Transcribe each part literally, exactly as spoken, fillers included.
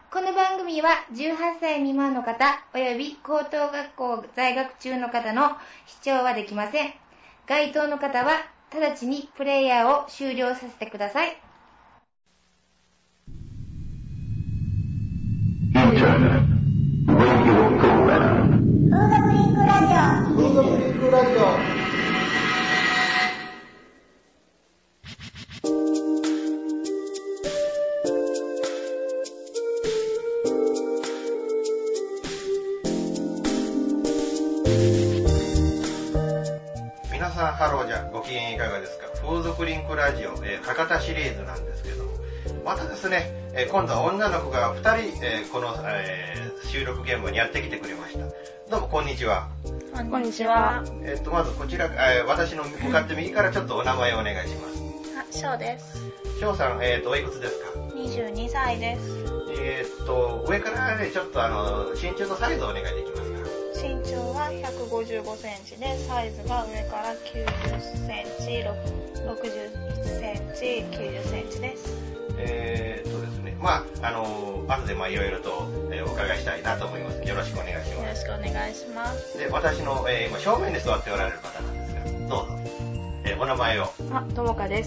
この番組はじゅうはっさい未満の方および高等学校在学中の方の視聴はできません。該当の方は直ちにプレイヤーを終了させてください。 風俗リンクラジオ。風俗リンクラジオ。 皆さんハローじゃご機嫌いかがですか。風俗リンクラジオ、えー、博多シリーズなんですけども、またですね、えー、今度は女の子がふたり、えー、この、えー、収録現場にやってきてくれました。どうもこんにちは。 こんにちは。 えー、とまずこちら、えー、私の向かって右からちょっとお名前をお願いします。 あ、翔です。 翔さん、えー、とおいくつですか。 にじゅうにさいです。 えー、と上からねちょっとあの身長のサイズをお願いできますか。 身長はひゃくごじゅうごセンチで、サイズが上からきゅうじゅっセンチ、ろくじゅっセンチ、きゅうじゅっセンチです。 えー、とですね、まああの後でまあいろいろと、えー、お伺いしたいなと思います。よろしくお願いします。 よろしくお願いします。 で、私の、えー、今正面に座っておられる方なんですが、どうぞ、えー、お名前を。 あ、ともかです。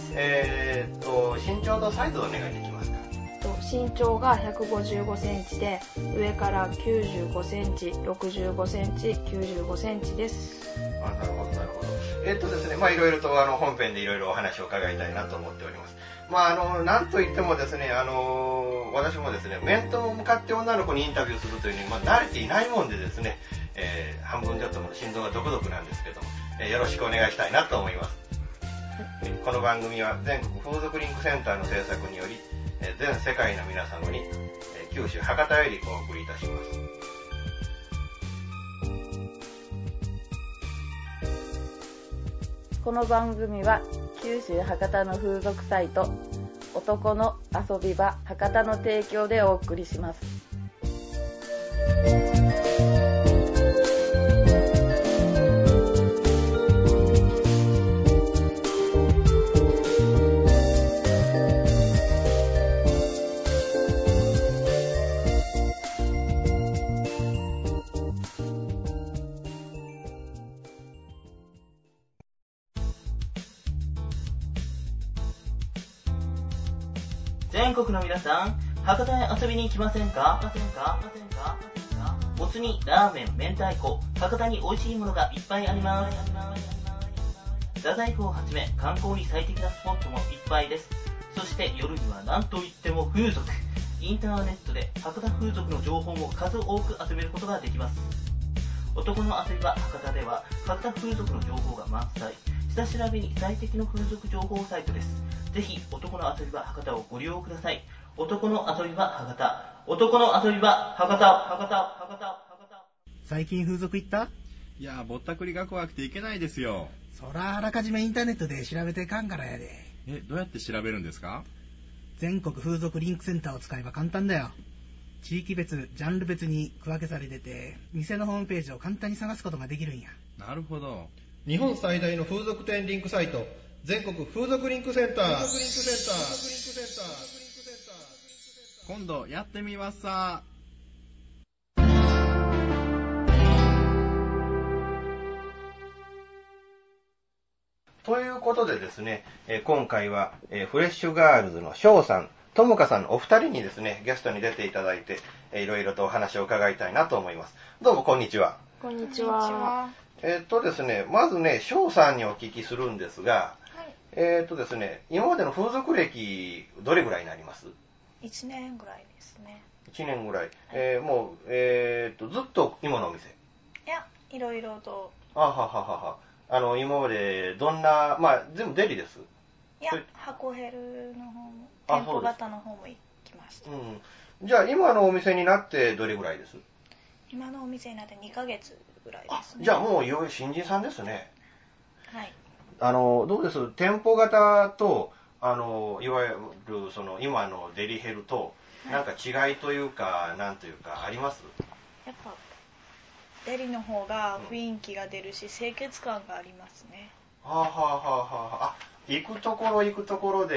えー、と身長とサイズをお願いできますか。 身長がひゃくごじゅうごセンチで、上からきゅうじゅうごセンチ、ろくじゅうごセンチ、きゅうじゅうごセンチです。 あ、なるほどなるほど。えー、っとですね、まあいろいろとあの本編でいろいろお話を伺いたいなと思っております。まああのなんといってもですね、あの私もですね、面と向かって女の子にインタビューするというのに、まあ、慣れていないもんでですね、えー、半分ちょっと心臓がドクドクなんですけども、えー、よろしくお願いしたいなと思います。この番組は全国風俗リンクセンターの制作により、全世界の皆様に九州博多よりお送りいたします。 この番組は九州博多の風俗サイト男の遊び場博多の提供でお送りします。 全国の皆さん、博多へ遊びに来ませんか？ませんか？ませんか？ませんか？もつ煮、ラーメン、明太子、博多に美味しいものがいっぱいあります。太宰府をはじめ観光に最適なスポットもいっぱいです。そして夜には何といっても風俗。インターネットで博多風俗の情報も数多く集めることができます。男の遊び場博多では博多風俗の情報が満載。下調べに最適の風俗情報サイトです。ぜひ男の遊び場博多をご利用ください。男の遊び場博多、男の遊び場博多、博多、博多、博多。 最近風俗行った？ いや、ぼったくりが怖くて行けないですよ。 そらあらかじめインターネットで調べてかんからやで。 え、どうやって調べるんですか？ 全国風俗リンクセンターを使えば簡単だよ。地域別、ジャンル別に区分けされてて、店のホームページを簡単に探すことができるんや。 なるほど。 日本最大の風俗店リンクサイト、全国風俗リンクセンター。 今度やってみますさ。 ということでですね、えー、今回は、えー、フレッシュガールズの翔さん、ともかさんのお二人にですね、ゲストに出ていただいて、えー、いろいろとお話を伺いたいなと思います。どうもこんにちは。 こんにちは。 えー、っとですね、まずね、翔さんにお聞きするんですが、はい、えー、っとですね、今までの風俗歴どれぐらいになります？ いちねんぐらいですね。 いちねんぐらい。はい、えー、もう、えー、っと、ずっと今のお店？ いや、いろいろと。 あはははは。あの、今までどんな、まあ、全部デリです。 いや、箱ヘルの方も、店舗型の方も行きました。 うん。じゃあ、今のお店になってどれぐらいです？ 今のお店になってにかげつぐらいですね。 じゃあもういよいよ新人さんですね。 はい。 あの、どうです？店舗型と、あの、いわゆる、その、今のデリヘルと、なんか違いというか、なんというか、あります？ やっぱ、デリの方が雰囲気が出るし、うん、清潔感がありますね。 はあはあはあはあ。あ、行くところ行くところで、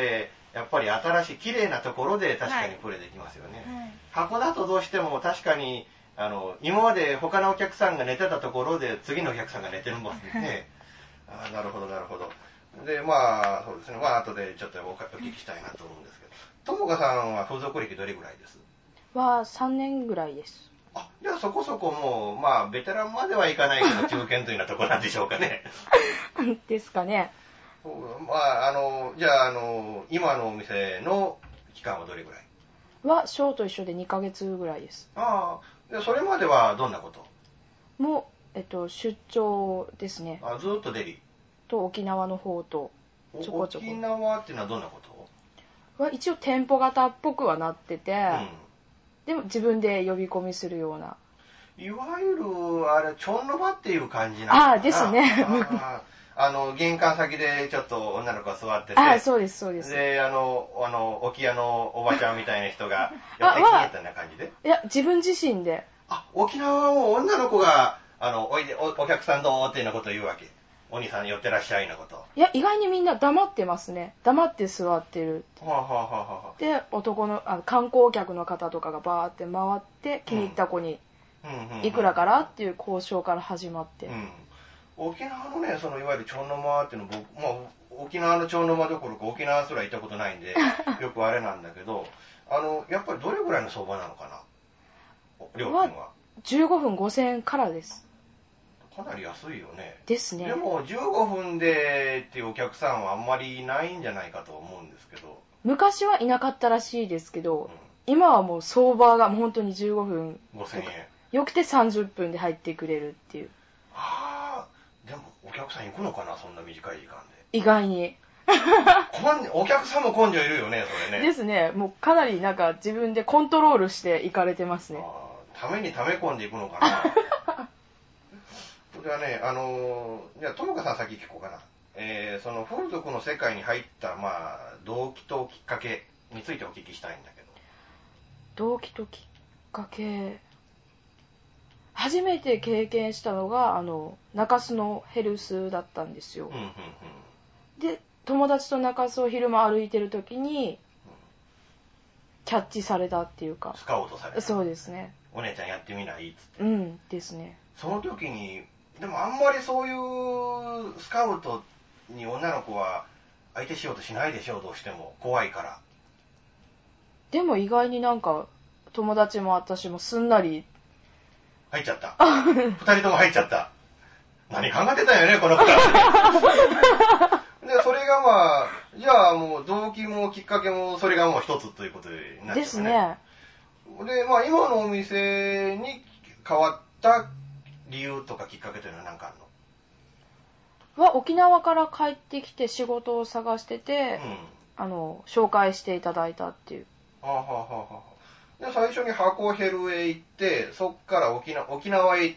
やっぱり新しい綺麗なところで確かにプレーできますよね、はい、箱だとどうしても確かにあの今まで他のお客さんが寝てたところで次のお客さんが寝てるもんねあなるほどなるほど。でまあそうですね、まあ後でちょっとお聞きしたいなと思うんですけど、ともかさんは風俗歴どれぐらいですはさんねんぐらいです。 あ、じゃあそこそこもうまあベテランまではいかないけど中堅というようなところなんでしょうかねですかね。 まああのじゃああの今のお店の期間はどれぐらいはショーと一緒でにかげつぐらいです。 ああ、でそれまではどんなこともう、えっと、出張ですね。 あ、ずっとデリと沖縄の方とちょこちょこ。 沖縄っていうのはどんなことは一応店舗型っぽくはなってて、うん、でも自分で呼び込みするような。 いわゆるあれちょんの場っていう感じなんだな。 ああですね。 ああの玄関先でちょっと女の子が座ってて、 ああそうですそうです。 であのあの沖屋のおばちゃんみたいな人が寄ってきてみたいな感じで。 いや自分自身で。 あ、沖縄も女の子があのおいで お, お客さんどうっていうようなことを言うわけ。お兄さん寄ってらっしゃいなこと。 いや意外にみんな黙ってますね。黙って座ってる。 はあ、はあははあ、 で男のあ観光客の方とかがバーって回って気に入った子に、うん、いくらからっていう交渉から始まって。うん、 沖縄のねそのいわゆるちょんの間っていうの僕、まあ、沖縄のちょんの間どころか沖縄すら行ったことないんでよくあれなんだけど、あのやっぱりどれぐらいの相場なのかな料金は。 じゅうごふんごせんえんからです。 かなり安いよね。 ですね。 でもじゅうごふんでっていうお客さんはあんまりいないんじゃないかと思うんですけど。 昔はいなかったらしいですけど、うん、今はもう相場がもう本当にじゅうごふんごせんえんよくてさんじゅっぷんで入ってくれるっていう。 ああ、でもお客さん行くのかなそんな短い時間で。 意外にお客さんも根性いるよねそれね。 ですね。もうかなりなんか自分でコントロールして行かれてますね。 ために溜め込んでいくのかなそれはね、あのー、じゃあ、ともかさん先聞こうかな。えー、その風俗の世界に入った、まあ、動機ときっかけについてお聞きしたいんだけど。動機ときっかけ。初めて経験したのが、あの、中洲のヘルスだったんですよ。うんうんうん、で、友達と中洲を昼間歩いてる時に、キャッチされたっていうか。 スカウトされた。 そうですね。 お姉ちゃんやってみないっつって。 うんですね。 その時に、でもあんまりそういうスカウトに女の子は相手しようとしないでしょう、どうしても。怖いから。 でも意外になんか、友達も私もすんなり。 入っちゃった。二人とも入っちゃった。何考えてたんよね、この子。で、それがまあ、じゃあもう動機もきっかけもそれがもう一つということになっちゃうね。 ですね。 で、まあ今のお店に変わった理由とかきっかけというのは何かあるの？は沖縄から帰ってきて仕事を探してて、うん、あの紹介していただいたっていう。 はあはあはあ、で最初に箱ヘルへ行ってそっから沖縄沖縄へ行った。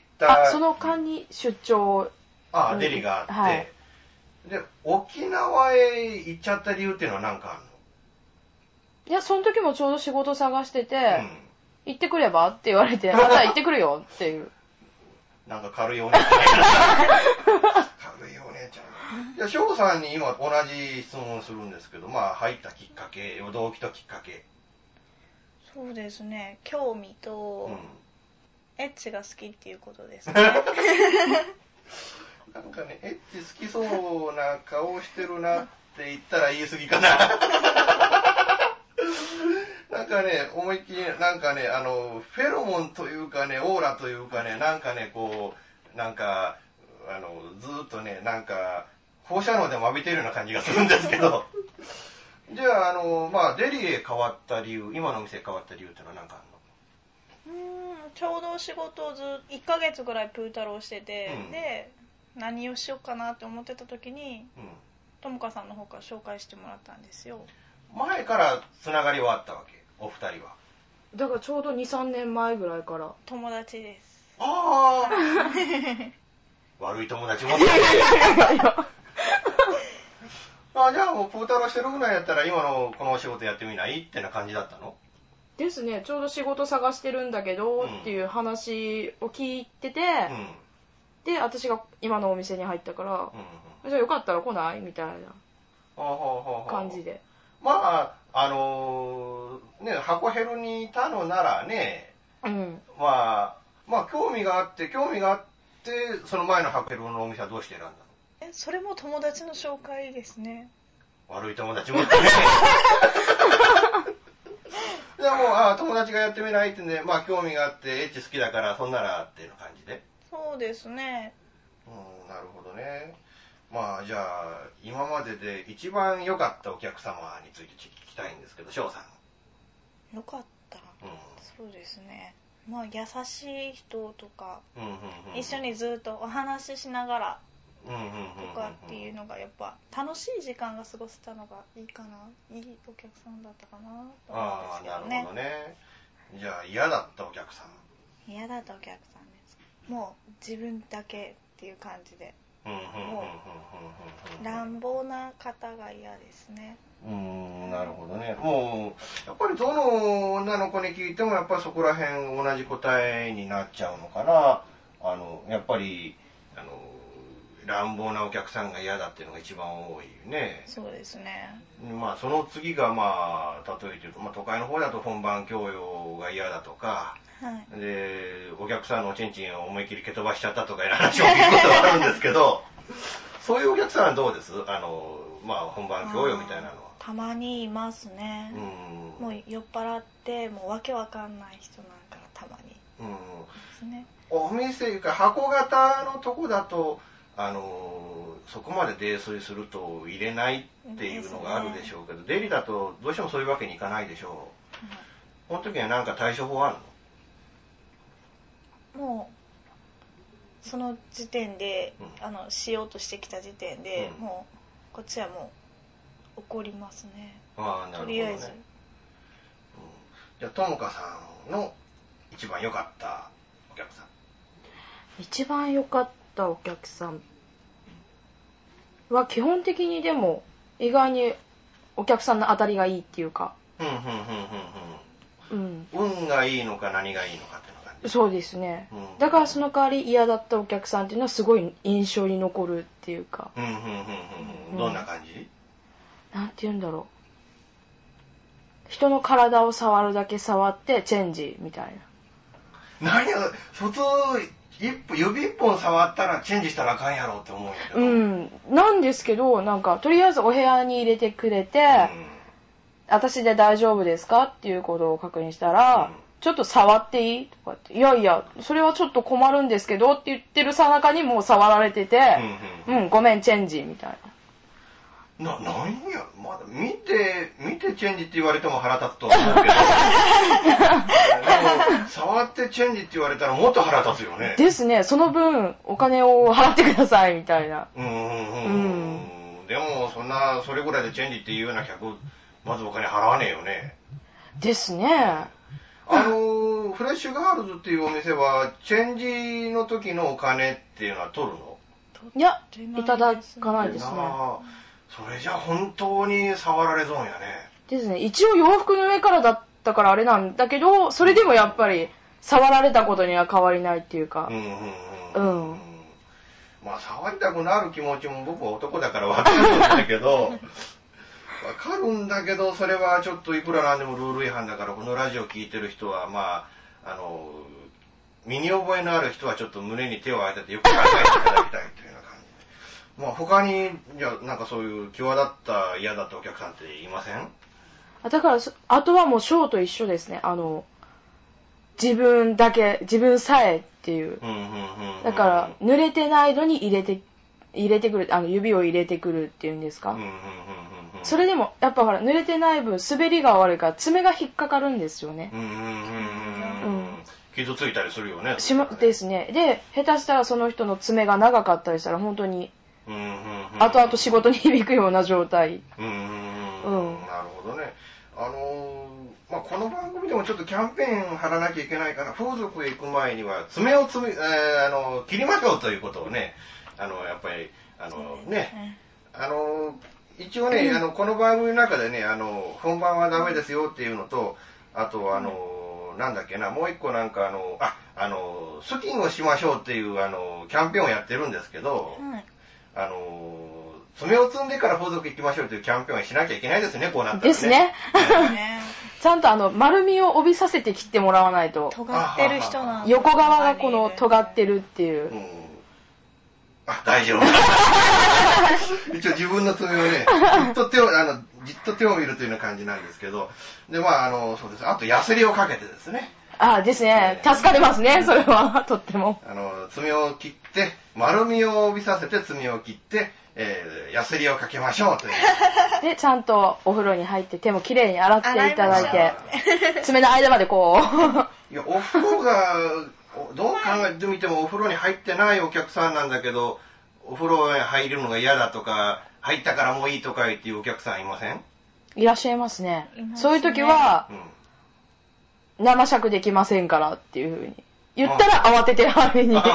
あ、その間に出張。 ああ、デリがあって、はい、で沖縄へ行っちゃった理由っていうのは何かあるの？ いやその時もちょうど仕事探してて、うん、行ってくればって言われて、あ、じゃあ行ってくるよっていう。 なんか軽いお姉ちゃん。軽いお姉ちゃん。じゃあ、翔さんに今同じ質問をするんですけど、まあ、入ったきっかけ、動機ときっかけ。 そうですね、興味と、うん、エッチが好きっていうことですね。 なんかね、エッチ好きそうな顔してるなって言ったら言い過ぎかな。なんかね、思いっきり、なんかね、あの、フェロモンというかね、オーラというかね、なんかね、こう、なんか、あの、ずーっとね、なんか、放射能でも浴びてるような感じがするんですけど。じゃあ、あの、まあ、デリへ変わった理由、今のお店へ変わった理由ってのは何かあるの？うーん、ちょうど仕事をずいっかげつぐらいプータローしてて、うん、で、何をしようかなって思ってた時に、うん、ともかさんの方から紹介してもらったんですよ。 前からつながりはあったわけ？お二人は。 だからちょうどに、さんねんまえぐらいから。 友達です。 ああ。悪い友達もって。あ、じゃあもうプータローしてるぐらいやったら今のこのお仕事やってみないってな感じだったの？ ですね。ちょうど仕事探してるんだけど、うん、っていう話を聞いてて、うん、で私が今のお店に入ったから、うんうん、じゃあよかったら来ないみたいな感じで。 まあ、あのー、ね、箱ヘルにいたのならね、 うん。 まあ、まあ、興味があって、興味があって、その前の箱ヘルのお店はどうして選んだの？ え、それも友達の紹介ですね。 悪い友達もってね。でも、あ、友達がやってみないってんで、まあ、興味があって、エッチ好きだから、そんならっていう感じで。 そうですね。 うん、なるほどね。まあ、じゃあ、今までで一番良かったお客様について聞きたいんですけど、翔さん。 良かった。 うん、 そうですね。まあ、優しい人とか、 うんうんうんうん、 一緒にずっとお話ししながら、 うんうんうんうん、 とかっていうのがやっぱ楽しい時間が過ごせたのがいいかな、いいお客さんだったかなと思うんですけどね。 ああ、なるほどね。じゃあ嫌だったお客さん。 嫌だったお客さんです。もう自分だけっていう感じで、もう乱暴な方が嫌ですね。 うーん、なるほどね。もうやっぱりどの女の子に聞いてもやっぱりそこら辺同じ答えになっちゃうのかな。あのやっぱりあの乱暴なお客さんが嫌だっていうのが一番多いね。 そうですね。 まあその次がまあ例えて言うと、まあ、都会の方だと本番教養が嫌だとか、 はい、 でお客さんのおちんちんを思いっきり蹴飛ばしちゃったとかいう話を聞くことがあるんですけど、そういうお客さんはどうです？あのまあ本番教養みたいなのは。 たまにいますね。うん、もう酔っ払ってもうわけわかんない人なんかたまに。うんですね。 お店いうか箱型のとこだと。あのそこまで泥酔すると入れないっていうのがあるでしょうけど、デリだとどうしてもそういうわけにいかないでしょう。うん、この時は何か対処法あるの？もうその時点で、うん、あのしようとしてきた時点で、うん、もうこっちはもう怒りますね。 ああ、なるほどね。 とりあえず。うん、 じゃあともかさんの一番良かったお客さん。 一番良かったお客さんは基本的にでも意外にお客さんの当たりがいいっていうか、 うんうんうんうんうん、運がいいのか何がいいのかっていうのが、ね、 そうですね、うん、だからその代わり嫌だったお客さんっていうのはすごい印象に残るっていうか、 うんうんうんうん、どんな感じ？ なんて言うんだろう、人の体を触るだけ触ってチェンジみたいな。何や普通一歩指一本触ったらチェンジしたらあかんやろって思うんやけど、 うん、なんですけど、なんかとりあえずお部屋に入れてくれて、うん、私で大丈夫ですかっていうことを確認したら、うん、ちょっと触っていいとかって、いやいやそれはちょっと困るんですけどって言ってるさなかにもう触られてて、うん、うんうん、ごめんチェンジみたいな。 な、なんや、まだ見て、見てチェンジって言われても腹立つと思うけど。でも、触ってチェンジって言われたらもっと腹立つよね。 ですね、その分、お金を払ってください、みたいな。 うんうんうん。うん、でも、そんな、それぐらいでチェンジっていうような客、まずお金払わねえよね。 ですね。 あの、フレッシュガールズっていうお店は、チェンジの時のお金っていうのは取るの？ いや、いただかないですね。 それじゃ本当に触られそうやね。 ですね。一応洋服の上からだったからあれなんだけど、それでもやっぱり触られたことには変わりないっていうか。うんうんうん。うん。 まあ触りたくなる気持ちも僕は男だから分かるんだけど、分かるんだけど、それはちょっといくらなんでもルール違反だから、このラジオ聞いてる人はまあ、あの、身に覚えのある人はちょっと胸に手を当ててよく考えていただきたいというような感じ。まあ他に、じゃあなんかそういう際立った嫌だったお客さんっていません？ だから、あとはもうショーと一緒ですね。あの、自分だけ、自分さえっていう。だから、濡れてないのに入れて、入れてくる、あの、指を入れてくるっていうんですか。それでも、やっぱほら、濡れてない分、滑りが悪いから、爪が引っかかるんですよね。うん。 傷ついたりするよね。 しま、ですね。で、下手したらその人の爪が長かったりしたら、本当に、後々仕事に響くような状態。 うん。うん。なるほどね。あのー、まあ、この番組でもちょっとキャンペーン貼らなきゃいけないから、風俗へ行く前には爪をつみ、えー、あの、切りましょうということをね、あの、やっぱり、あの、ね、あの、一応ね、あの、この番組の中でね、あの、本番はダメですよっていうのと、あと、あの、なんだっけな、もう一個なんかあの、あ、あの、スキンをしましょうっていう、あの、キャンペーンをやってるんですけど、あの、 爪を摘んでから風俗行きましょうというキャンペーンはしなきゃいけないですね、こうなったらね。 ですね。ちゃんとあの、丸みを帯びさせて切ってもらわないと。 尖ってる人なん横側がこの尖ってるっていう。うん、 あ、大丈夫。一応自分の爪をね、じっと手を、あの、じっと手を見るというような感じなんですけど、で、まあ、あの、そうです。あと、ヤスリをかけてですね。 ああ、ですね。助かりますね、それは、とっても。 あの、爪を切って、丸みを帯びさせて爪を切って、えー、ヤスリをかけましょうという。 で、ちゃんとお風呂に入って手もきれいに洗っていただいて、爪の間までこう。いや、お風呂が、どう考えてみてもお風呂に入ってないお客さんなんだけど、お風呂に入るのが嫌だとか、入ったからもういいとか言っていうお客さんいません？ いらっしゃいますね。そういう時は、うん、生尺できませんからっていう風に言ったら慌ててはめに。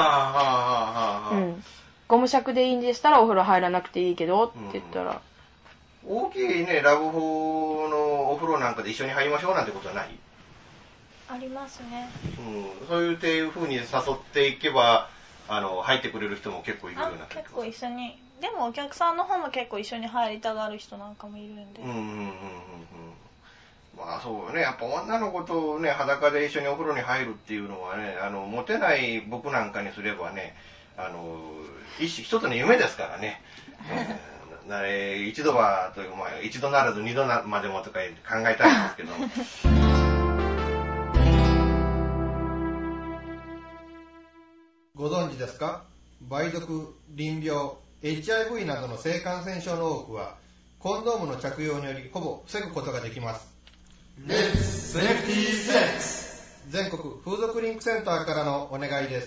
ゴム尺でいいんでしたらお風呂入らなくていいけどって言ったら。 うん、大きいね、ラブホのお風呂なんかで一緒に入りましょうなんてことはない？ ありますね。 うん、そういうっていう風に誘っていけば、あの、入ってくれる人も結構いるような気が。 結構一緒に。でもお客さんの方も結構一緒に入りたがる人なんかもいるんで。 うんうんうんうんうん。まあそうよね。やっぱ女の子とね、裸で一緒にお風呂に入るっていうのはね、あの、モテない僕なんかにすればね、あの、一一つの夢ですからね。えー、一度はという、まあ、一度ならず二度までもとか考えたいんですけど。 ご存知ですか？梅毒、淋病、エイチアイブイ などの性感染症の多くは、コンドームの着用によりほぼ防ぐことができます。レッツセーフティーセックス！全国風俗リンクセンターからのお願いです。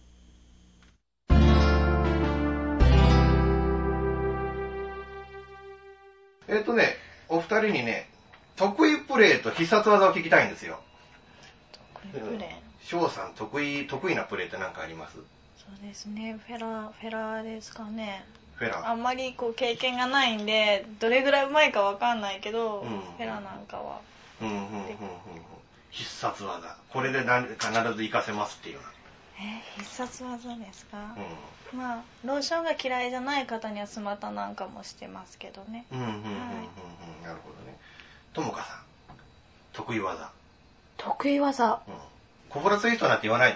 えっとね、お二人にね、得意プレーと必殺技を聞きたいんですよ。 得意プレー？ 翔さん得意、得意なプレーって何かあります？ そうですね、フェラ、フェラですかね。 フェラ。 あんまりこう経験がないんで、どれぐらいうまいかわかんないけど、うん、フェラなんかは。 うんうんうんうん。必殺技。これで何必ず活かせますっていうのは。 えー、必殺技ですか？うん。まあ、ローションが嫌いじゃない方にはスマタなんかもしてますけどね。 うんうんうんうんうん。はい、なるほどね。ともかさん、得意技。 得意技。 うん。コブラツイストなんて言わないで。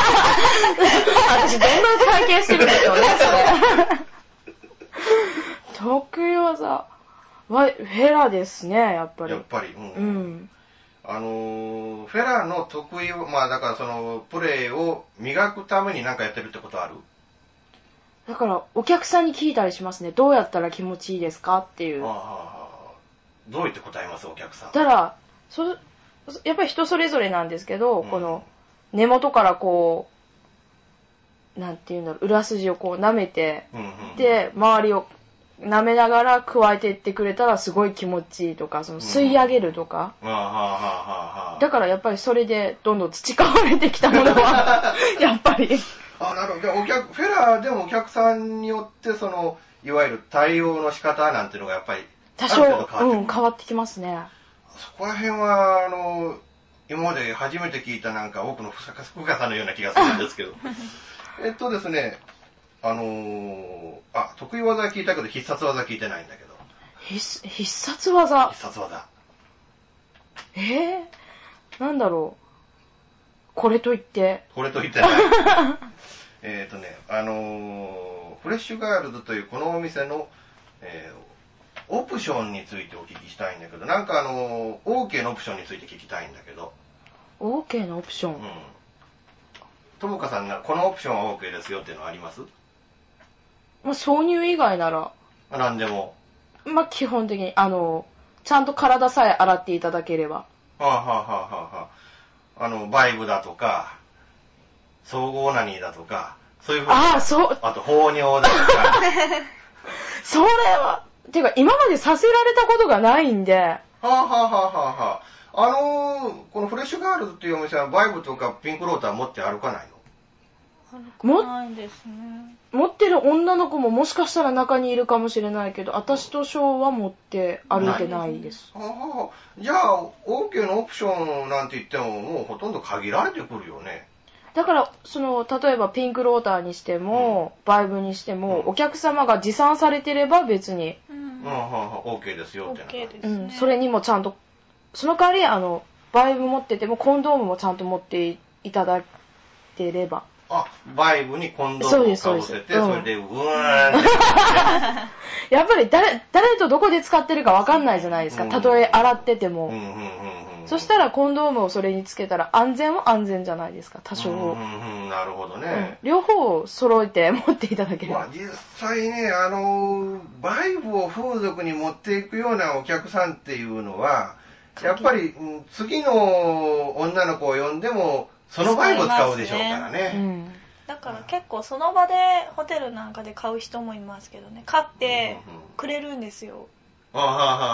私どんな体験してるんでしょうね、それ。得意技は、フェラですね、やっぱり。 やっぱり。うん。 うん、 あのー、フェラの得意、まあだからその、プレーを磨くために何かやってるってことある？ だから、お客さんに聞いたりしますね。どうやったら気持ちいいですかっていう。 ああ、どう言って答えます、お客さん。 だから、そ、やっぱり人それぞれなんですけど、うん、この根元からこう、なんていうんだろう、裏筋をこう舐めて、うんうん、で、周りを舐めながら加えていってくれたらすごい気持ちいいとか、その吸い上げるとか。うん、だからやっぱりそれでどんどん培われてきたものは、やっぱり。 あ、なるほど。じゃあお客、フェラーでもお客さんによって、その、いわゆる対応の仕方なんていうのがやっぱり、 多少、うん、変わってきますね。 そこら辺は、あの、今まで初めて聞いたなんか多くの深さのような気がするんですけど。えっとですね、あのー、あ、得意技聞いたけど必殺技聞いてないんだけど。 必、必殺技必殺技。 えー、なんだろう。これといって。 これといってない。えっとね、あのー、フレッシュガールズというこのお店の、えーオプションについてお聞きしたいんだけど、なんかあの、OK のオプションについて聞きたいんだけど。 OK のオプション？うん。 ともかさんが、このオプションは OK ですよっていうのはあります？ まあ、挿入以外なら。 なんでも。 まあ、基本的に、あの、ちゃんと体さえ洗っていただければ。 はあ、はあはあはあ、あの、バイブだとか、総合オナニーだとか、そういうふうに。 ああ、そう。 あと、放尿だとか。 それは、ていうか、今までさせられたことがないんで。はあ、はあはあはあ、あのー、このフレッシュガールズっていうお店はバイブとかピンクローター持って歩かないの？ 歩かないですね。 持ってる女の子ももしかしたら中にいるかもしれないけど、私とショーは持って歩いてないです。 はあはあ、じゃあ、OK のオプションなんて言ってももうほとんど限られてくるよね。 だからその例えばピンクローターにしても、うん、バイブにしても、うん、お客様が持参されてれば別に、 うん、オーケーですよってな、 OK ですね、 うん、それにもちゃんとその代わりあのバイブ持っててもコンドームもちゃんと持っていただければ。 あ、バイブにコンドームをかぶせて、そ, それでうーんってやっぱり 誰, 誰とどこで使ってるか分かんないじゃないですか、たとえ洗ってても、うんうんうんうん、そしたらコンドームをそれにつけたら安全は安全じゃないですか、多少、うんうんうん、なるほどね、 うん、両方揃えて持っていただければ、 まあ、実際ね、あのバイブを風俗に持っていくようなお客さんっていうのはやっぱり、うん、次の女の子を呼んでもそのバイブを使うでしょうからね、うん、 だから結構その場でホテルなんかで買う人もいますけどね、買ってくれるんですよ、 うんうん、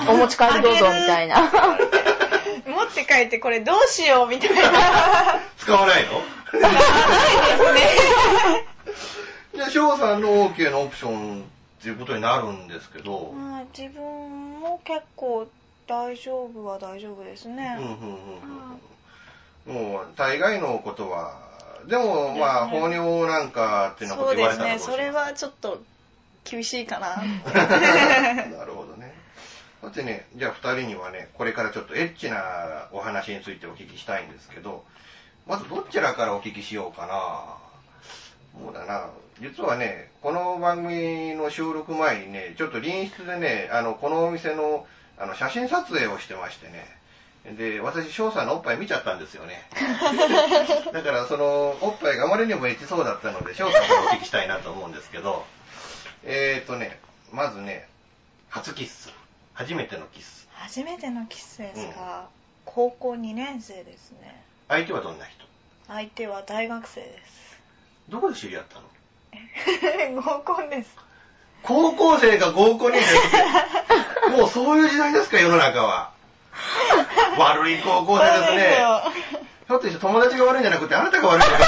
お持ち帰りどうぞみたいな持って帰ってこれどうしようみたいな使わないの？ 使わないですねじゃあ翔さんの OK のオプションっていうことになるんですけど、 まあ、自分も結構大丈夫は大丈夫ですね、うんうんうんうん、もう大概のことはでも、ね、まあ放尿なんかっていうのこと言われたらどうします？ そうですね、それはちょっと厳しいかななるほどね。だってね、じゃあふたりにはね、これからちょっとエッチなお話についてお聞きしたいんですけど、まずどちらからお聞きしようかな。そうだな、実はね、この番組の収録前にね、ちょっと隣室でね、あのこのお店のあの写真撮影をしてましてね、で、私、翔さんのおっぱい見ちゃったんですよね。だから、その、おっぱいがあまりにもエッチそうだったので、翔さんからお聞きしたいなと思うんですけど、えーとね、まずね、初キッス。初めてのキス。 初めてのキスですか、うん、高校にねん生ですね。 相手はどんな人？ 相手は大学生です。 どこで知り合ったの？合コンです。 高校生が合コンに出て、もうそういう時代ですか、世の中は。悪い高校生ですね。ひょっとして友達が悪いんじゃなくてあなたが悪いんじゃなく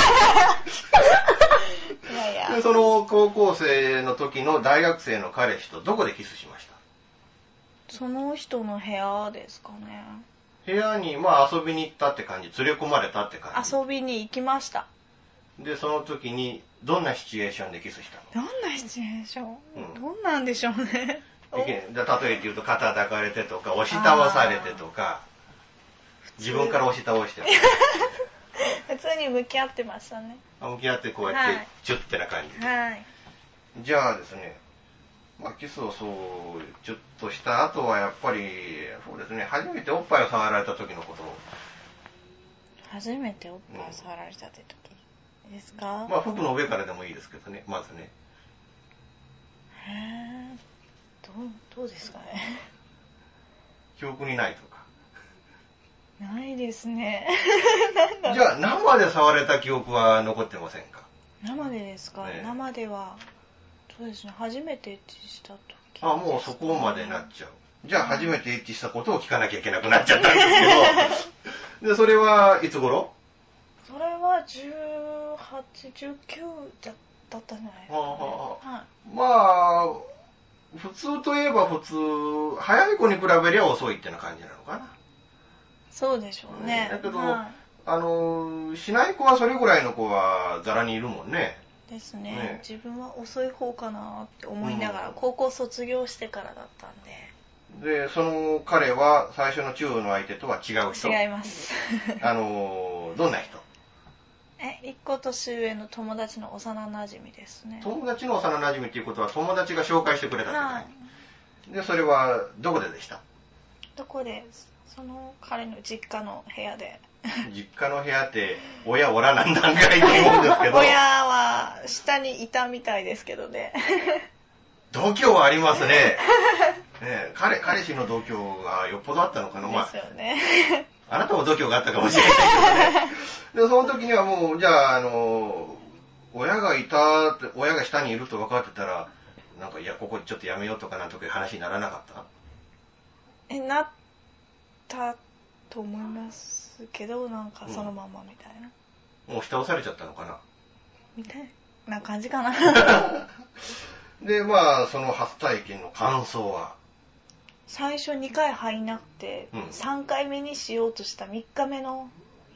て。いやいや。で、その高校生の時の大学生の彼氏とどこでキスしました？ その人の部屋ですかね。 部屋にまあ遊びに行ったって感じ、連れ込まれたって感じ。 遊びに行きました。 で、その時にどんなシチュエーションでキスしたの？どんなシチュエーション、うん、どんなんでしょうね。 例えて言うと肩抱かれてとか押し倒されてとか自分から押し倒して普通に向き合ってましたね。 向き合ってこうやって、はい、チュッてな感じで、はい、じゃあですね、まあ、キスをそうちょっとした後はやっぱりそうですね、初めておっぱいを触られた時のことを。 初めておっぱいを触られたって時ですか？ うん、まあ服の上からでもいいですけどね、まずね。 へー、どう、どうですかね。 記憶にないとか。 ないですね。 じゃあ生で触れた記憶は残ってませんか？ 生でですか？ね、生ではそうですね、初めてエッチした時、ね。 あ、もうそこまでなっちゃう。じゃあ初めてエッチしたことを聞かなきゃいけなくなっちゃったんですけど。で、それはいつ頃？ それはじゅうはち、じゅうきゅうだったんじゃないですか、ね。はあ、はい、 まあ。普通といえば普通、早い子に比べりゃ遅いってな感じなのかな。 そうでしょうね。 だけど、 はい、 あの、しない子はそれぐらいの子はざらにいるもんね。 ですね。ね、自分は遅い方かなって思いながら、うん、高校卒業してからだったんで。で、その彼は最初の中の相手とは違う人？ 違います。 あの、どんな人？ え、一個年上の友達の幼馴染ですね。 友達の幼馴染っていうことは友達が紹介してくれたって感じ。で、それはどこででした？ どこで？その彼の実家の部屋で。 実家の部屋って親おらなんだんかいと思うんですけど。 親は下にいたみたいですけどね。 度胸はありますね。ね、彼、彼氏の度胸がよっぽどあったのかな。 ですよね。 まあ、あなたも度胸があったかもしれないけどね。で、その時にはもう、じゃあ、あの、親がいたって、親が下にいると分かってたら、なんか、いや、ここちょっとやめようとかなんとかいう話にならなかった？ え、なったと思いますけど、なんかそのままみたいな。 うん、もう下押されちゃったのかなみたいな感じかな。 で、まあ、その初体験の感想は？ 最初にかい入んなくて、うん、さんかいめにしようとしたみっかめの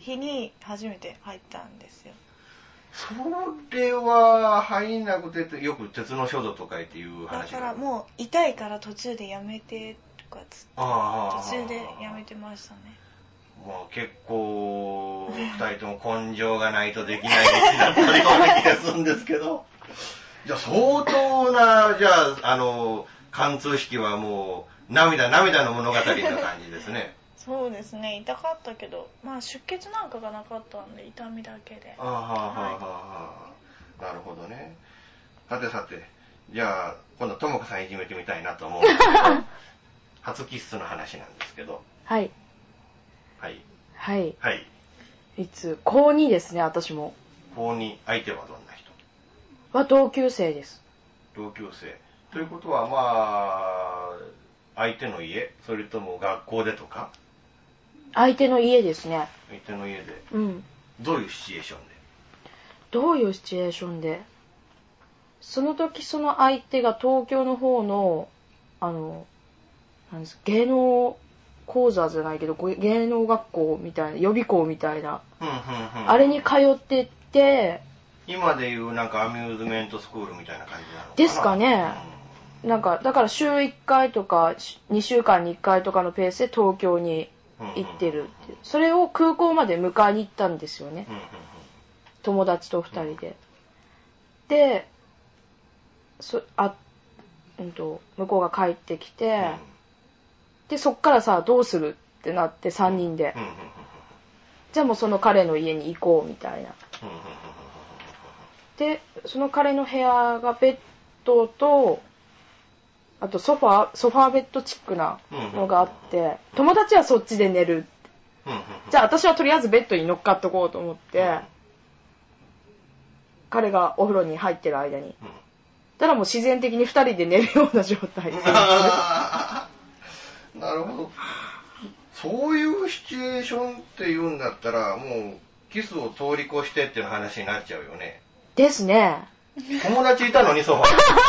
日に初めて入ったんですよ。 それは入んなくて、よく鉄の書道とかっていう話だからもう痛いから途中でやめてとかつって途中でやめてましたね。 もう結構ふたりとも根性がないとできない歴だったような気がするんですけどじゃあ相当なじゃああの貫通式はもう涙涙の物語な感じですね。 そうですね、痛かったけど、まあ出血なんかがなかったんで痛みだけで。 ああはあはあはあ、なるほどね。さてさて、じゃあ今度ともかさんいじめてみたいなと思うんですけど初キッスの話なんですけど。 はいはいはいはいいつこうにですね。私もこうに、相手はどんな人は同級生です。 同級生ということはまあ相手の家、それとも学校でとか。 相手の家ですね。 相手の家で。 うん。 どういうシチュエーションでどういうシチュエーションでその時その相手が東京の方のあのなんです芸能講座じゃないけど芸能学校みたいな予備校みたいな、 うんうんうん、 あれに通ってって今でいうなんかアミューズメントスクールみたいな感じなのかなですかね、うん、なんかだから週いっかいとかにしゅうかんにいっかいとかのペースで東京に行ってるっていう、それを空港まで迎えに行ったんですよね、うんうんうん、友達とふたりで、うん、でそあ、うんと、向こうが帰ってきて、うん、でそっからさどうするってなってさんにんで、うんうんうん、じゃあもうその彼の家に行こうみたいな、うんうんうん、でその彼の部屋がベッドとあとソファーソファーベッドチックなのがあって、うんうん、友達はそっちで寝る、うんうんうん、じゃあ私はとりあえずベッドに乗っかっとこうと思って、うん、彼がお風呂に入ってる間に、うん、ただもう自然的にふたりで寝るような状態でなるほど。そういうシチュエーションっていうんだったらもうキスを通り越してっていう話になっちゃうよね。 ですね。 友達いたのにソファー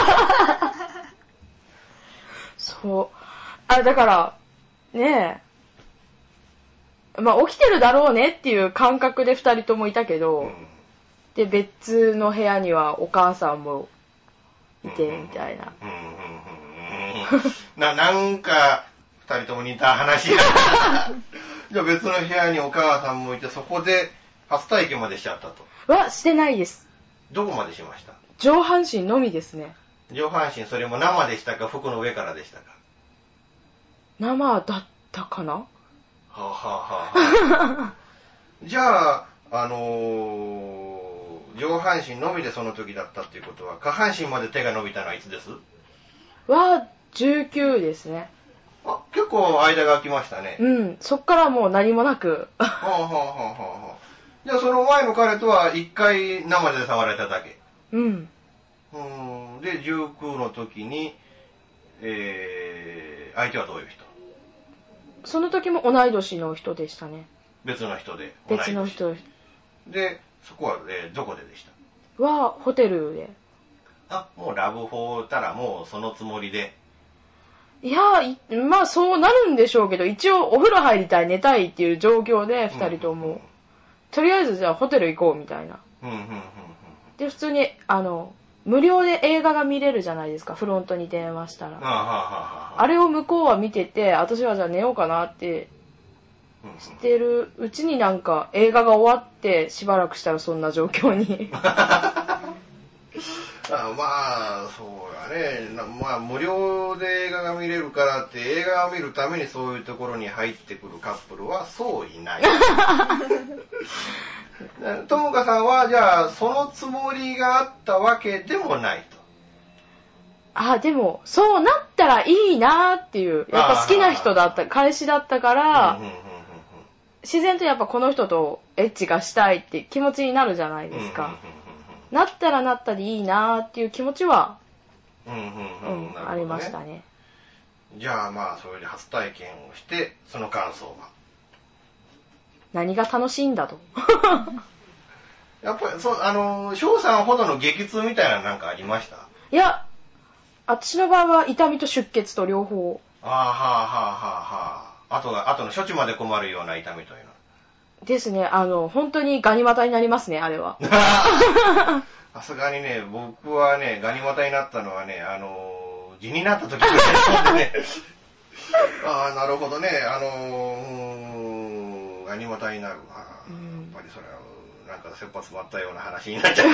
そうあだからねえまあ起きてるだろうねっていう感覚でふたりともいたけど、うん、で別の部屋にはお母さんもいてみたいな、うんうんうんうん、ななんかふたりとも似た話じゃあ別の部屋にお母さんもいてそこで初体験までしちゃったと。 はしてないです。 どこまでしました？ 上半身のみですね。 上半身それも生でしたか服の上からでしたか？ 生だったかな。はあ、はあはあ、じゃああのー、上半身のみでその時だったっていうことは下半身まで手が伸びたのはいつです？ はじゅうきゅうですね。 あ結構間が空きましたね。 うんそっからもう何もなくはあはあはあはあ。じゃあその前の彼とは一回生で触られただけ。 うんうんでじゅうきゅうの時に、えー、相手はどういう人？ その時も同い年の人でしたね。 別の人で同い年別の人でそこは、えー、どこででした？ はホテルで。 あもうラブフォーたらもうそのつもりで。 いやまあそうなるんでしょうけど一応お風呂入りたい寝たいっていう状況でふたりとも、うんうんうん、とりあえずじゃあホテル行こうみたいな、うんうんうんうん、で普通にあの無料で映画が見れるじゃないですかフロントに電話したら あ, はははあれを向こうは見てて私はじゃあ寝ようかなってしてるうちになんか映画が終わってしばらくしたらそんな状況にあまあそうやねまあ無料で映画が見れるからって映画を見るためにそういうところに入ってくるカップルはそういないともかさんはじゃあそのつもりがあったわけでもないと。 あでもそうなったらいいなっていうやっぱ好きな人だった彼氏だったから、うんうんうんうん、自然とやっぱこの人とエッチがしたいって気持ちになるじゃないですか、うんうんうんうん、なったらなったでいいなっていう気持ちは、うんうんうんうんね、ありましたね。 じゃあまあそれで初体験をしてその感想は何が楽しいんだとやっぱりそうあの翔さんほどの激痛みたいなのなんかありました？ いや私の場合は痛みと出血と両方。 ああはあはあはあはあ。あとがあとの処置まで困るような痛みというのは。 ですね、あの、本当にガニ股になりますね、あれは。 さすがにね、僕はね、ガニ股になったのはね、あの、地になった時ぐらいなんでね、ああ、なるほどね、あのー、ガニ股になるわ。やっぱりそれは、なんか切羽詰まったような話になっちゃった。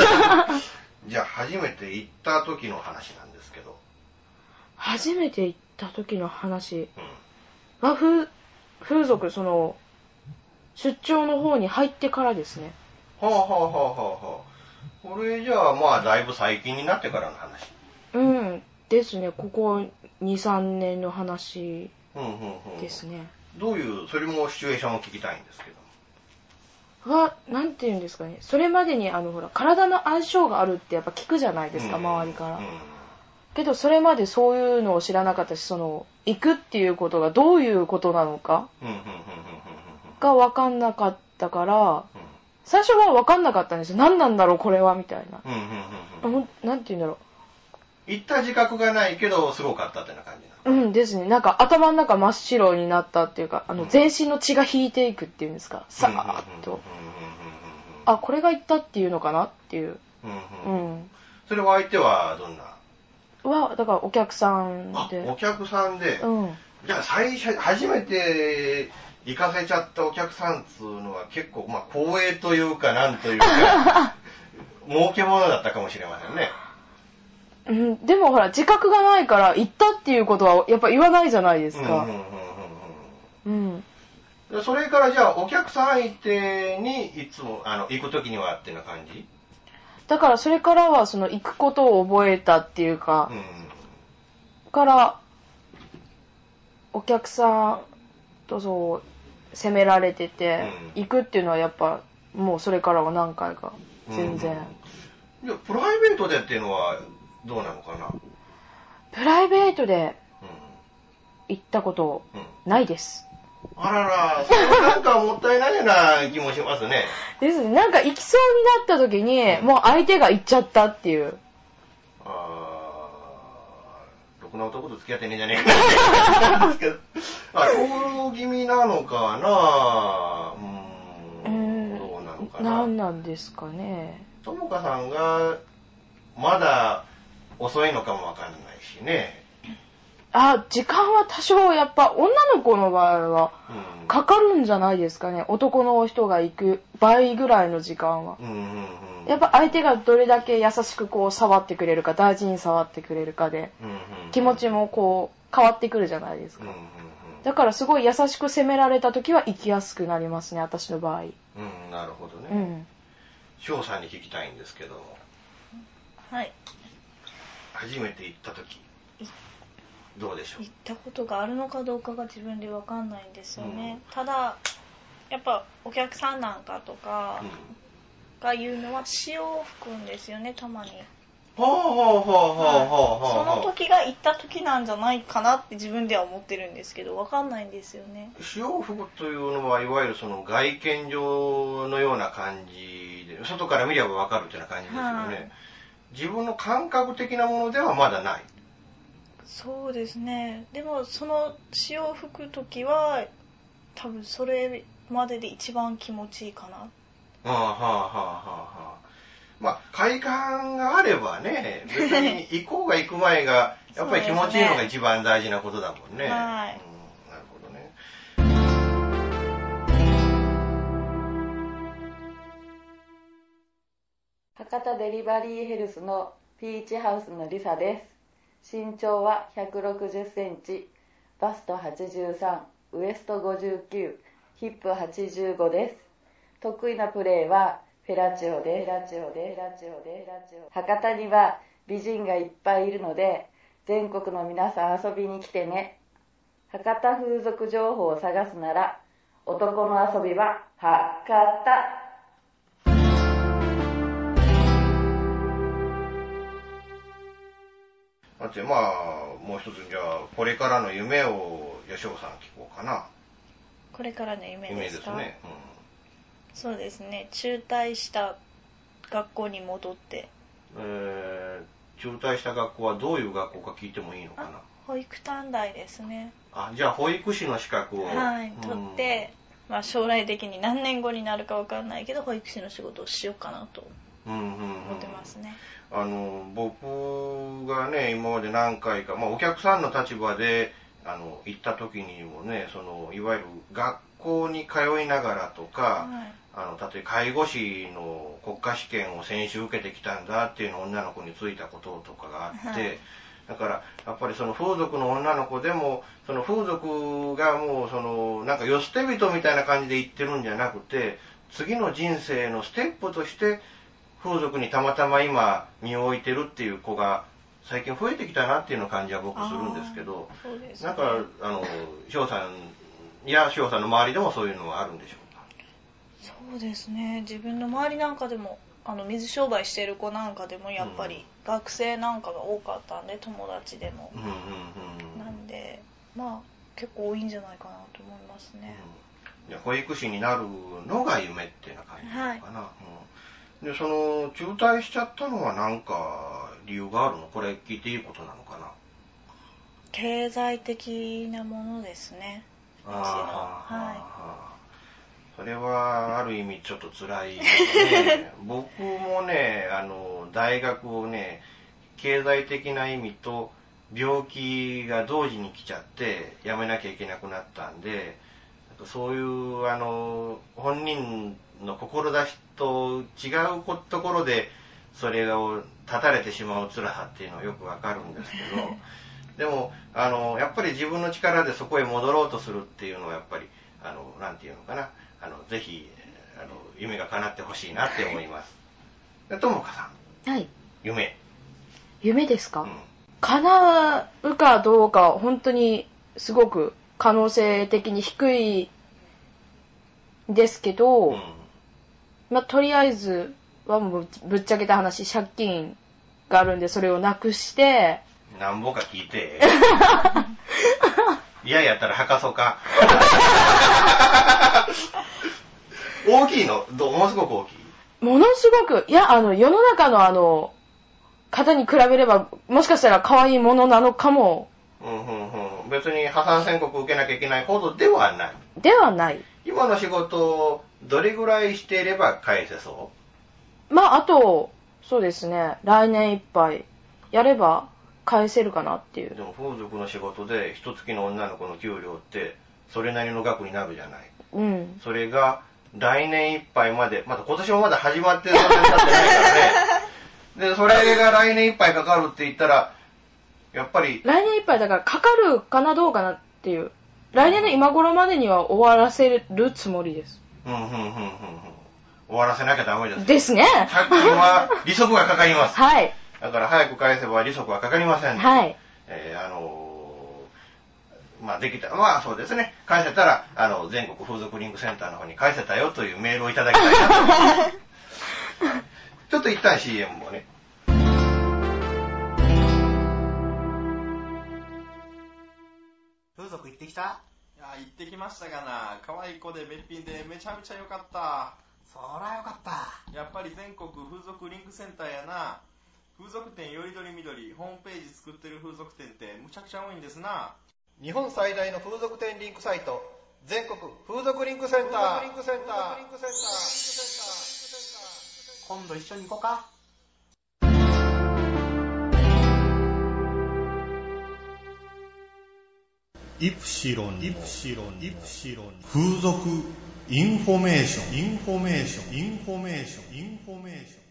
じゃあ、初めて行った時の話なんですけど。 初めて行った時の話。うん、は、風、風俗、その、出張の方に入ってからですね。 はあはあはあはあはあ。これじゃあまあだいぶ最近になってからの話。 うんですね。ここに、さんねんの話ですね。 うんうんうん、どういう、それもシチュエーションを聞きたいんですけど。は、なんていうんですかね。それまでにあのほら体の相性があるってやっぱ聞くじゃないですか、うん、周りから、うん。けどそれまでそういうのを知らなかったし、その行くっていうことがどういうことなのかが分かんなかったから。うん、最初は分かんなかったんですよ。何なんだろうこれはみたいな。うんうんうんうん、なんて言うんだろう。 行った自覚がないけどすごかったってな感じなの。うんですね。なんか頭の中真っ白になったっていうか、あの全身の血が引いていくっていうんですか。さーっと。あ、これが行ったっていうのかなっていう。 うんうんうん、それは相手はどんな？ はだからお客さんで。 お客さんで。うん、じゃあ最初初めて。行かせちゃったお客さんっつうのは結構、まあ、光栄というか、なんというか、儲け物だったかもしれませんね。 うん、でもほら、自覚がないから、行ったっていうことはやっぱ言わないじゃないですか。 うん。それからじゃあ、お客さん相手にいつも、あの、行くときにはってな感じ？ だからそれからは、その、行くことを覚えたっていうか、うん、から、お客さんとそう、責められてて、うん、行くっていうのはやっぱもうそれからは何回か全然、 うん、いやプライベートでっていうのはどうなのかな。 プライベートで行ったことないです、 うん、あらら、それはなんかもったいないような気もしますね。 ですね。なんか行きそうになった時に、うん、もう相手が行っちゃったっていう。 あー、ろくな男と付き合ってねえじゃねえかなんですけどあ、そう気味なのかな、うーん、どうなのかな。 何なんですかね。 ともかさんがまだ遅いのかもわかんないしね。 あ、時間は多少やっぱ女の子の場合はかかるんじゃないですかね。男の人が行く倍ぐらいの時間は。うんうんうん、やっぱ相手がどれだけ優しくこう触ってくれるか、大事に触ってくれるかで、うんうんうん、気持ちもこう変わってくるじゃないですか。うんうん、だからすごい優しく責められた時は行きやすくなりますね、私の場合。 うん、なるほどね。翔、うん、さんに聞きたいんですけど。 はい。 初めて行った時、どうでしょう。 行ったことがあるのかどうかが自分でわかんないんですよね。うん、ただやっぱお客さんなんかとかが言うのは潮を吹くんですよね、たまに。 はあはあはあはあはあ。その時が行った時なんじゃないかなって自分では思ってるんですけど、わかんないんですよね。 潮を吹くというのはいわゆるその外見上のような感じで、外から見ればわかるというような感じですよね。はい、自分の感覚的なものではまだない。 そうですね。でもその潮を吹く時は多分それまでで一番気持ちいいかな。はあはあはあはあ。まあ快感があればね、別に行こうが行く前がやっぱり気持ちいいのが一番大事なことだもんね。はい、うん、なるほどね。 博多デリバリーヘルスのピーチハウスのリサです。身長はひゃくろくじゅっセンチ、バストはちじゅうさん、ウエストごじゅうきゅう、ヒップはちじゅうごです。得意なプレーはフェラチオです。フェラチオで、フェラチオで、フェラチオ。博多には美人がいっぱいいるので、全国の皆さん遊びに来てね。博多風俗情報を探すなら、男の遊びは博多。 だってまあもう一つじゃあこれからの夢を吉尾さん聞こうかな。 これからの夢ですか。 夢ですね。うん、 そうですね。中退した学校に戻って。 えー、中退した学校はどういう学校か聞いてもいいのかな。 保育短大ですね。 あ、じゃあ保育士の資格を、 はい、取って、 まあ、将来的に何年後になるか分かんないけど保育士の仕事をしようかなと思ってますね。 うんうんうん、あの僕がね今まで何回か、まあ、お客さんの立場であの行った時にもね、そのいわゆる学校に通いながらとか、はい、あの例えば介護士の国家試験を先週受けてきたんだっていうの女の子についたこととかがあって、はい、だからやっぱりその風俗の女の子でもその風俗がもうそのなんか世捨て人みたいな感じで言ってるんじゃなくて、次の人生のステップとして風俗にたまたま今身を置いてるっていう子が最近増えてきたなっていうの感じは僕するんですけど、そうですね、なんかあの翔さんや翔さんの周りでもそういうのはあるんでしょうか？ そうですね、自分の周りなんかでもあの水商売してる子なんかでもやっぱり学生なんかが多かったんで、友達でも、うんうんうん、なんでまあ結構多いんじゃないかなと思いますね、 うん、保育士になるのが夢っていうような感じなのかな、はい、うん、でその中退しちゃったのは何か理由があるの？これ聞いていいことなのかな？ 経済的なものですね。 ああ、はい、それはある意味ちょっと辛いですね。僕もね、あの大学をね、経済的な意味と病気が同時に来ちゃって辞めなきゃいけなくなったんで、そういうあの本人の志と違うところでそれを断たれてしまう辛さっていうのはよくわかるんですけど、でもあのやっぱり自分の力でそこへ戻ろうとするっていうのはやっぱりあのなんていうのかな、あのぜひあの夢が叶ってほしいなって思います。で、ともかさん、 はい、 夢夢ですか、うん、叶うかどうかは本当にすごく可能性的に低いですけど、うん、まあとりあえずはもうぶっちゃけた話、借金があるんでそれをなくしてなんぼか聞いていややったら吐かそうか大きいの？どう？ものすごく大きい？ ものすごく、いや、あの世の中のあの方に比べればもしかしたら可愛いものなのかも。 うんうんうん、別に破産宣告受けなきゃいけないほどではない。 ではない。 今の仕事をどれぐらいしていれば返せそう？ まああとそうですね、来年いっぱいやれば返せるかなっていう。 でも風俗の仕事で一月の女の子の給料ってそれなりの額になるじゃない。 うん。 それが来年いっぱいまで、まだ今年もまだ始まってそんなに経ってないからね。で、それが来年いっぱいかかるって言ったら、やっぱり。 来年いっぱいだからかかるかなどうかなっていう。来年の今頃までには終わらせるつもりです。 うん、うん、うん、うん。終わらせなきゃダメです。 ですね。 借金は利息がかかります。 はい。 だから早く返せば利息はかかりません、ね。 はい。 えー、あのー、まあできた、まあそうですね。返せたら、あの、全国風俗リンクセンターの方に返せたよというメールをいただきたいなと思います。ちょっと一旦 シーエム もね。 風俗行ってきた？ いや、行ってきましたがな。可愛い子でべっぴんでめちゃめちゃ良かった。 そらよかった。 やっぱり全国風俗リンクセンターやな。風俗店よりどりみどり、ホームページ作ってる風俗店ってむちゃくちゃ多いんですな。 日本最大の風俗店リンクサイト、全国風俗リンクセンター。 今度一緒に行こうか。 イプシロンイプシロンイプシロン風俗インフォメーションインフォメーションインフォメーションインフォメーション。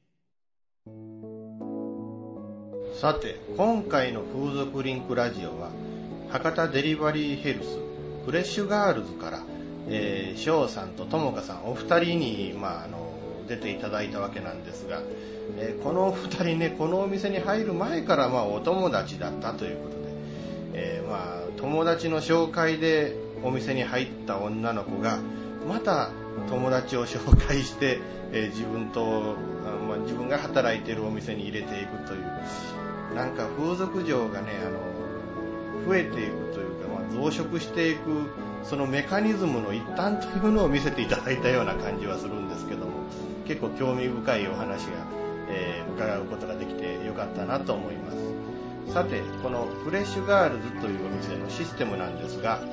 さて、今回の風俗リンクラジオは博多デリバリーヘルスフレッシュガールズから、えー、翔さんとともかさんお二人に、まあ、あの出ていただいたわけなんですが、えー、この二人ね、このお店に入る前から、まあ、お友達だったということで、えー、まあ友達の紹介でお店に入った女の子がまた友達を紹介して、えー、自分と、まあ、自分が働いているお店に入れていくという、なんか風俗嬢がね、あの増えていくというか、まあ、増殖していくそのメカニズムの一端というのを見せていただいたような感じはするんですけども、結構興味深いお話が、えー、伺うことができてよかったなと思います。さて、このフレッシュガールズというお店のシステムなんですが、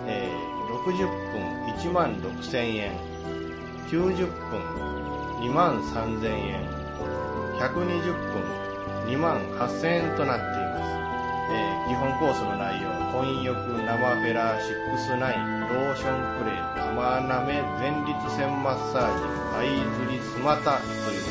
えー、ろくじゅっぷんいちまんろくせんえん、きゅうじゅっぷんにまんさんぜんえん、ひゃくにじゅっぷんにまんはっせんえんとなっています。えー、基本コースの内容、混浴、生フェラー、シックスナイン、ローションプレー、玉なめ、前立腺マッサージ、相釣り、スマタというふうになっています。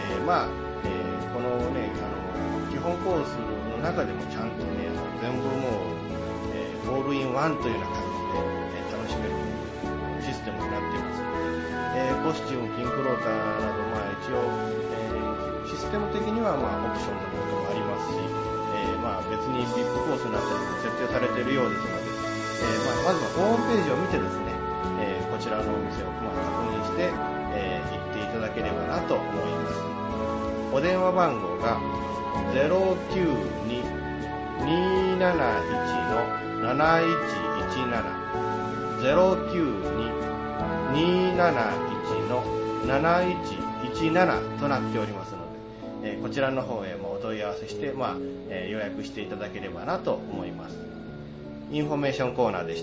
えー、まあ、えー、このね、あの、基本コースの中でもちゃんとね、全部もう、えー、オールインワンというような感じで、えー、楽しめるシステムになっていますので、えー、コスチューム、ピンクローターなど、まあ一応、えー、システム的にはまあオプションのこともありますし、えー、まあ別に ブイアイピー コースになったりも設定されているようですので、えー、まあまずはホームページを見てですね、えー、こちらのお店をまあ確認して、えー、行っていただければなと思います。お電話番号が ゼロきゅうに にーなないち なないちいちなな ゼロきゅうに にーなないち なないちいちななとなっておりますので、えー、こちらの方へもお問い合わせして、まあえー、予約していただければなと思います。インフォメーションコーナーでした。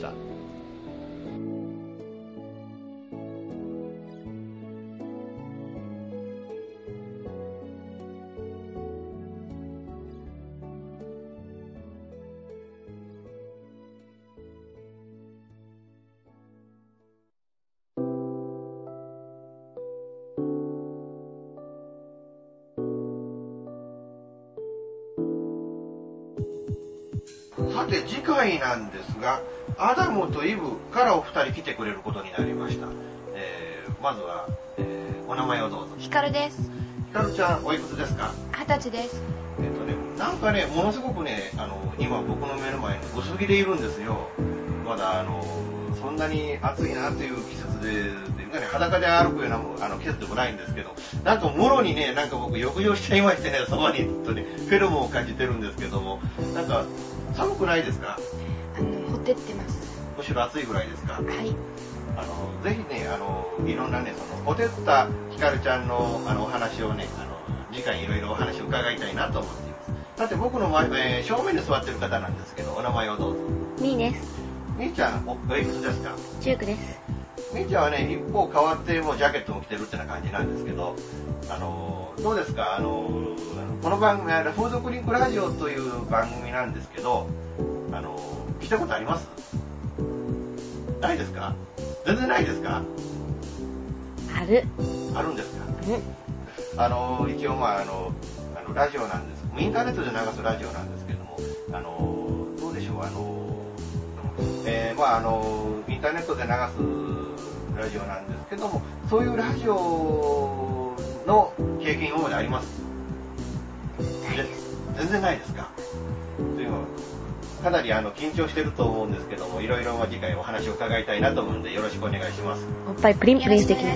さて次回なんですが、アダムとイブからお二人来てくれることになりました。えー、まずは、えー、お名前をどうぞ。 ひかるです。 ひかるちゃんおいくつですか？ 二十歳です。 えっとね、なんかね、ものすごくね、あの今僕の目の前に薄着でいるんですよ。まだあのそんなに暑いなという季節で、でね、裸で歩くようなあの季節でもないんですけど、なんかもろにね、なんか僕浴場しちゃいましてね、そばに行くとね、フェルモンを感じてるんですけども、なんか寒くないですか？ あの、ほてってます。 むしろ暑いぐらいですか？ はい。 あの、ぜひね、あの、いろんなね、その、ほてったひかるちゃんの、あの、お話をね、あの、次回いろいろお話を伺いたいなと思っています。さて、僕の前、えー、正面に座ってる方なんですけど、お名前をどうぞ。 みーです。 みーちゃん、お、おいくつですか？ じゅうきゅうです。 みーちゃんはね、一方変わってもうジャケットも着てるってな感じなんですけど、あの、どうですか？あの、この番組は、風俗リンクラジオという番組なんですけど、あの、来たことあります？ないですか？全然ないですか？ ある。 あるんですか？うん。あの、一応まあ、あの、あのラジオなんです。インターネットで流すラジオなんですけども、あの、どうでしょう、あの、えー、まあ、あの、インターネットで流すラジオなんですけども、そういうラジオの経験今まであります？ ないです。 全然ないですか？というのはかなりあの緊張してると思うんですけども、いろいろ次回お話を伺いたいなと思うのでよろしくお願いします。 おっぱいプリンプリンしてきます。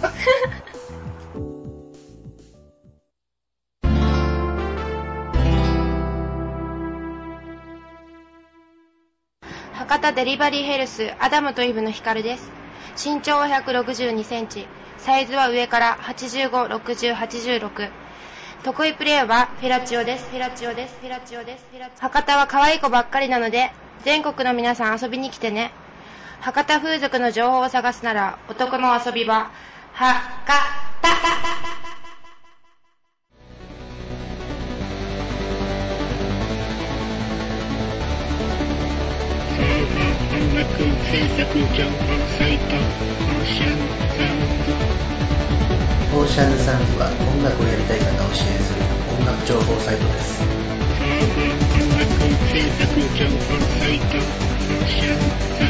博多デリバリーヘルスアダムとイブのヒカルです。身長はひゃくろくじゅうにセンチ、サイズは上からはちじゅうご、ろくじゅう、はちじゅうろく。得意プレーはフェラチオです。フェラチオです。フェラチオです。博多は可愛い子ばっかりなので、全国の皆さん遊びに来てね。博多風俗の情報を探すなら、男の遊び場、はかた。 音楽制作情報サイト、オーシャンサウンド。 オーシャンサウンドは音楽をやりたい方を支援する音楽情報サイトです。 音楽制作情報サイト、オーシャンサウ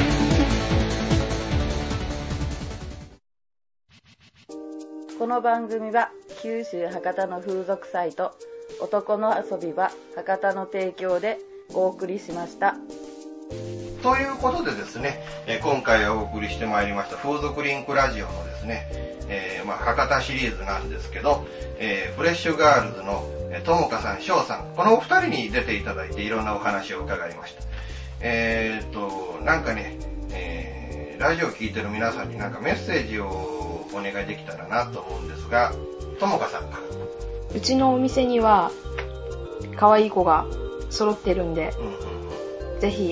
ンド。この番組は九州博多の風俗サイト男の遊び場博多の提供でお送りしました。 ということでですね、えー、今回お送りしてまいりました風俗リンクラジオのですね、えーまあ、博多シリーズなんですけど、えー、フレッシュガールズのともかさん、しょうさん、このお二人に出ていただいていろんなお話を伺いました。えー、っとなんかね、えー、ラジオを聞いてる皆さんになんかメッセージをお願いできたらなと思うんですが、ともかさんから。 うちのお店には可愛い子が揃ってるんで、うんうんうん、ぜひ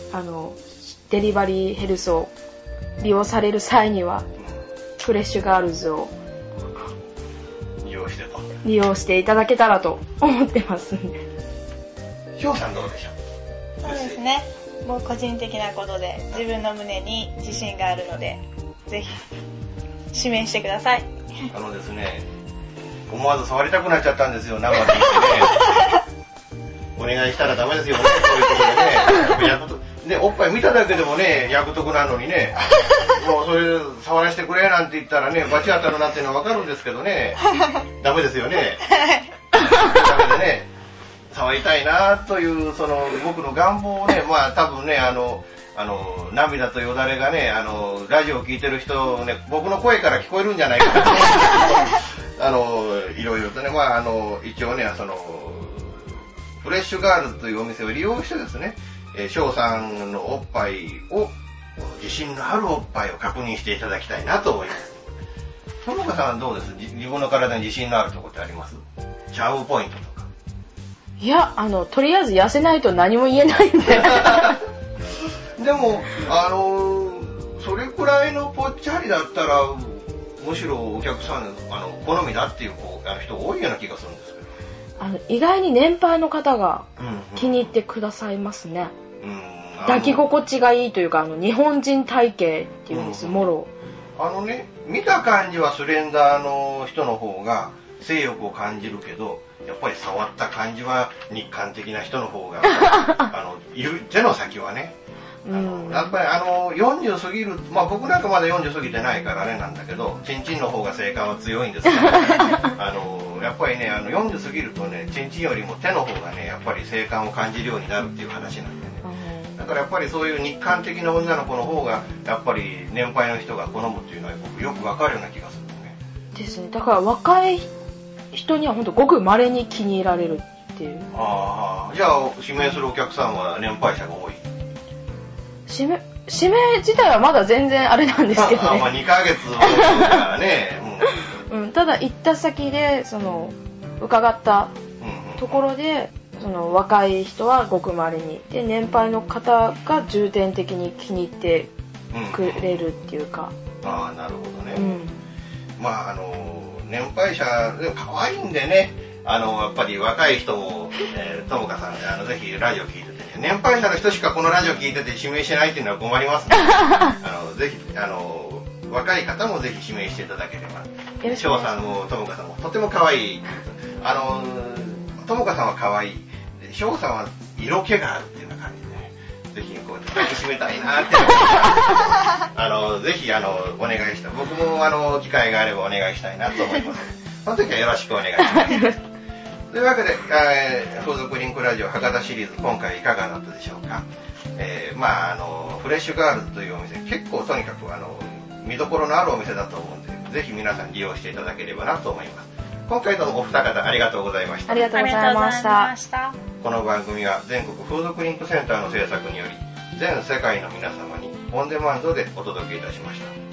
あのデリバリーヘルスを利用される際には、うん、フレッシュガールズを利用してと利用していただけたらと思ってますんで。 ひょうさんどうでしょう？ そうですね、もう個人的なことで自分の胸に自信があるので、ぜひ指名してください。 あのですね、思わず触りたくなっちゃったんですよ、生で言ってね。お願いしたらダメですよね、そういうことでね。役とね、おっぱい見ただけでもね、役得なのにね、もうそれ触らせてくれなんて言ったらね、バチ当たるなっていうのは分かるんですけどね、ダメですよね。ダメでね、触りたいなという、その僕の願望をね、まあ多分ね、あの、あの、涙とよだれがね、あの、ラジオを聞いてる人ね、僕の声から聞こえるんじゃないかと思うんですけど、あの、いろいろとね、まああの、一応ね、その、フレッシュガールズというお店を利用してですね、えー、翔さんのおっぱいを、自信のあるおっぱいを確認していただきたいなと思います。ともかさんはどうです？自分の体に自信のあるところってあります？チャームポイントとか。 いや、あの、とりあえず痩せないと何も言えないんで。 でも、あのー、それくらいのぽっちゃりだったら、むしろお客さん、あの、好みだっていうこうあの人多いような気がするんですけど。 あの意外に年配の方が気に入ってくださいますね。うんうん、抱き心地がいいというか、あの日本人体型っていうんです、うん、もろ。 あのね、見た感じはスレンダーの人の方が性欲を感じるけど、やっぱり触った感じは日韓的な人の方があのいる。手の先はね、あのやっぱりあのよんじゅう過ぎる、まあ僕なんかまだよんじゅう過ぎてないからあれなんだけど、チンチンの方が性感は強いんですけど、あのやっぱりね、あのよんじゅう過ぎるとね、チンチンよりも手の方がね、やっぱり性感を感じるようになるっていう話なんでね。だからやっぱりそういう日韓的な女の子の方がやっぱり年配の人が好むっていうのは僕よくわかるような気がするね。 ですね。だから若い人には本当ごく稀に気に入られるっていう。ああ、じゃあ指名するお客さんは年配者が多い。 指名指名自体はまだ全然あれなんですけどね。 あ、まあにかげつだからね。 うんうん、ただ行った先でその伺ったところで、その若い人はごく稀にで、年配の方が重点的に気に入ってくれるっていうか。 うん、ああ、なるほどね。うん、まああの年配者でも可愛いんでね、あのやっぱり若い人も、えー、ともかさんであのぜひラジオ聞いててね、年配者の人しかこのラジオ聞いてて指名しないっていうのは困りますので、あのぜひあの若い方もぜひ指名していただければ。翔さんもともかさんもとても可愛い。あのともかさんは可愛い。翔さんは色気があるっていうような感じで、ね、ぜひこうやって抱きしめたいなってあのぜひあのお願いした。僕もあの機会があればお願いしたいなと思います。その時はよろしくお願いします。というわけで、えー、風俗リンクラジオ博多シリーズ今回いかがだったでしょうか。えー、まああのフレッシュガールズというお店、結構とにかくあの見どころのあるお店だと思うんで、ぜひ皆さん利用していただければなと思います。今回どうもお二方ありがとうございました。 ありがとうございました。 この番組は全国風俗リンクセンターの制作により全世界の皆様にオンデマンドでお届けいたしました。